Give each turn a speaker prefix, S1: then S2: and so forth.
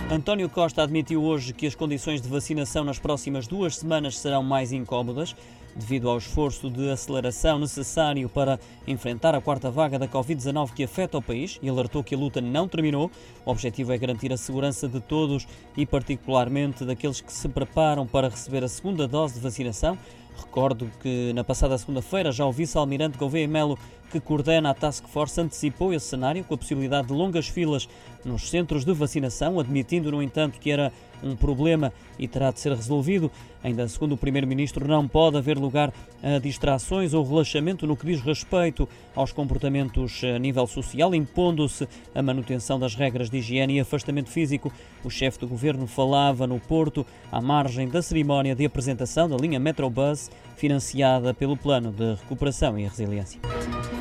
S1: António Costa admitiu hoje que as condições de vacinação nas próximas 2 semanas serão mais incómodas, devido ao esforço de aceleração necessário para enfrentar a 4ª vaga da Covid-19 que afeta o país, e alertou que a luta não terminou. O objetivo é garantir a segurança de todos e particularmente daqueles que se preparam para receber a 2ª dose de vacinação. Recordo que na passada segunda-feira já o vice-almirante Gouveia Melo, que coordena a Task Force, antecipou esse cenário com a possibilidade de longas filas nos centros de vacinação, admitindo, no entanto, que era um problema e terá de ser resolvido. Ainda segundo o Primeiro-Ministro, não pode haver lugar a distrações ou relaxamento no que diz respeito aos comportamentos a nível social, impondo-se a manutenção das regras de higiene e afastamento físico. O chefe do governo falava no Porto, à margem da cerimónia de apresentação da linha Metrobus, financiada pelo Plano de Recuperação e Resiliência.